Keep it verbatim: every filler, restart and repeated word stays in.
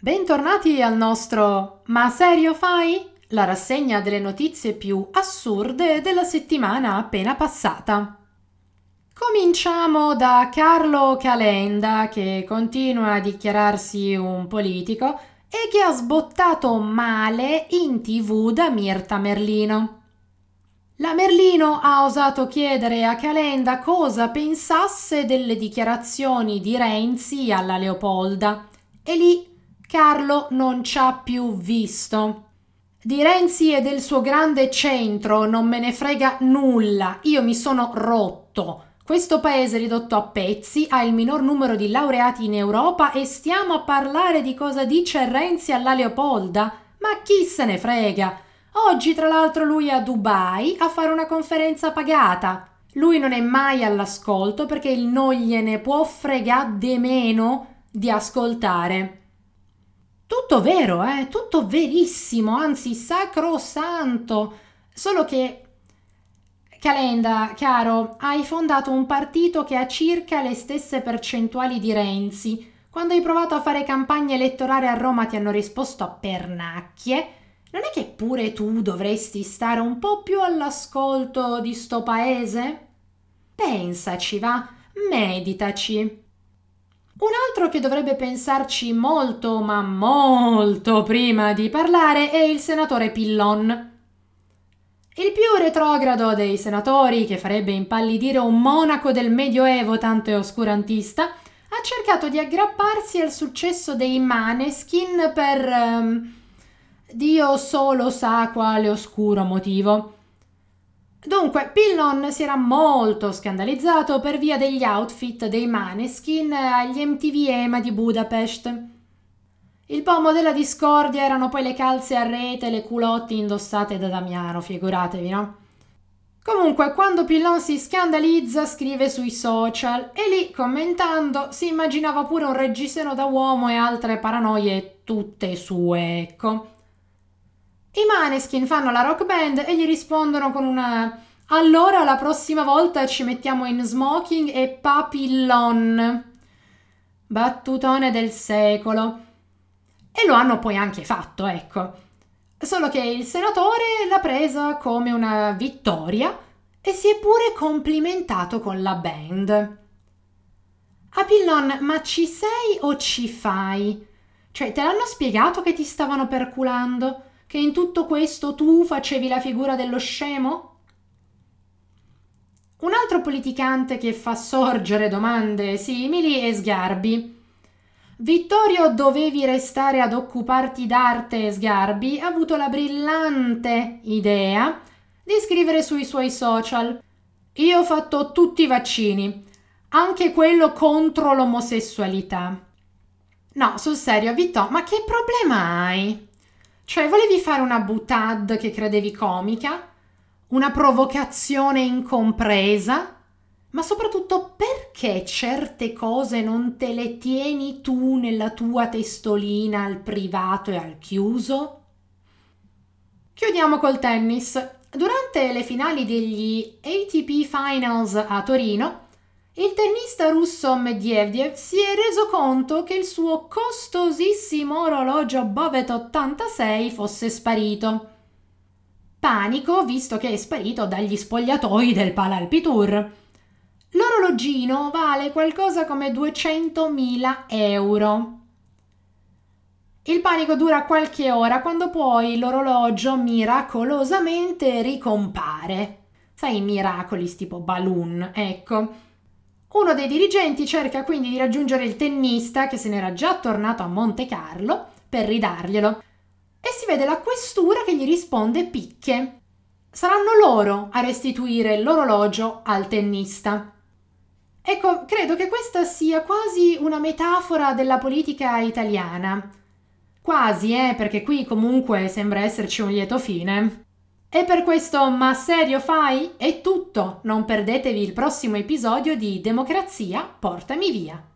Bentornati al nostro Ma serio fai? La rassegna delle notizie più assurde della settimana appena passata. Cominciamo da Carlo Calenda, che continua a dichiararsi un politico e che ha sbottato male in tv da Mirta Merlino. La Merlino ha osato chiedere a Calenda cosa pensasse delle dichiarazioni di Renzi alla Leopolda e lì Carlo non ci ha più visto. Di Renzi e del suo grande centro non me ne frega nulla, io mi sono rotto. Questo paese ridotto a pezzi ha il minor numero di laureati in Europa e stiamo a parlare di cosa dice Renzi alla Leopolda? Ma chi se ne frega? Oggi tra l'altro lui è a Dubai a fare una conferenza pagata. Lui non è mai all'ascolto perché non gliene può fregare de meno di ascoltare. Tutto vero, eh? Tutto verissimo, anzi sacrosanto. Solo che, Calenda, caro, hai fondato un partito che ha circa le stesse percentuali di Renzi. Quando hai provato a fare campagna elettorale a Roma ti hanno risposto a pernacchie. Non è che pure tu dovresti stare un po' più all'ascolto di sto paese? Pensaci, va, meditaci. Un altro che dovrebbe pensarci molto, ma molto prima di parlare è il senatore Pillon. Il più retrogrado dei senatori, che farebbe impallidire un monaco del Medioevo tanto è oscurantista, ha cercato di aggrapparsi al successo dei Maneskin per um, Dio solo sa quale oscuro motivo. Dunque, Pillon si era molto scandalizzato per via degli outfit dei Maneskin agli M T V EMA di Budapest. Il pomo della discordia erano poi le calze a rete e le culotte indossate da Damiano, figuratevi, no? Comunque, quando Pillon si scandalizza, scrive sui social e lì, commentando, si immaginava pure un reggiseno da uomo e altre paranoie tutte sue, ecco. I Maneskin fanno la rock band e gli rispondono con una allora la prossima volta ci mettiamo in smoking e papillon. Battutone del secolo. E lo hanno poi anche fatto, ecco. Solo che il senatore l'ha presa come una vittoria e si è pure complimentato con la band. A Pillon, ma ci sei o ci fai? Cioè, te l'hanno spiegato che ti stavano perculando? Che in tutto questo tu facevi la figura dello scemo? Un altro politicante che fa sorgere domande simili è Sgarbi. Vittorio, dovevi restare ad occuparti d'arte, Sgarbi ha avuto la brillante idea di scrivere sui suoi social: io ho fatto tutti i vaccini, anche quello contro l'omosessualità. No, sul serio, Vittorio, ma che problema hai? Cioè, volevi fare una boutade che credevi comica? Una provocazione incompresa? Ma soprattutto, perché certe cose non te le tieni tu nella tua testolina al privato e al chiuso? Chiudiamo col tennis. Durante le finali degli A T P Finals a Torino, il tennista russo Medvedev si è reso conto che il suo costosissimo orologio Bovet ottantasei fosse sparito. Panico, visto che è sparito dagli spogliatoi del Palalpi Tour. L'orologino vale qualcosa come duecentomila euro. Il panico dura qualche ora quando poi l'orologio miracolosamente ricompare. Sai, i miracoli tipo balloon, ecco. Uno dei dirigenti cerca quindi di raggiungere il tennista che se n'era già tornato a Monte Carlo per ridarglielo e si vede la questura che gli risponde picche. Saranno loro a restituire l'orologio al tennista. Ecco, credo che questa sia quasi una metafora della politica italiana. Quasi, eh, perché qui comunque sembra esserci un lieto fine. E per questo Ma serio fai? È tutto. Non perdetevi il prossimo episodio di Democrazia, portami via.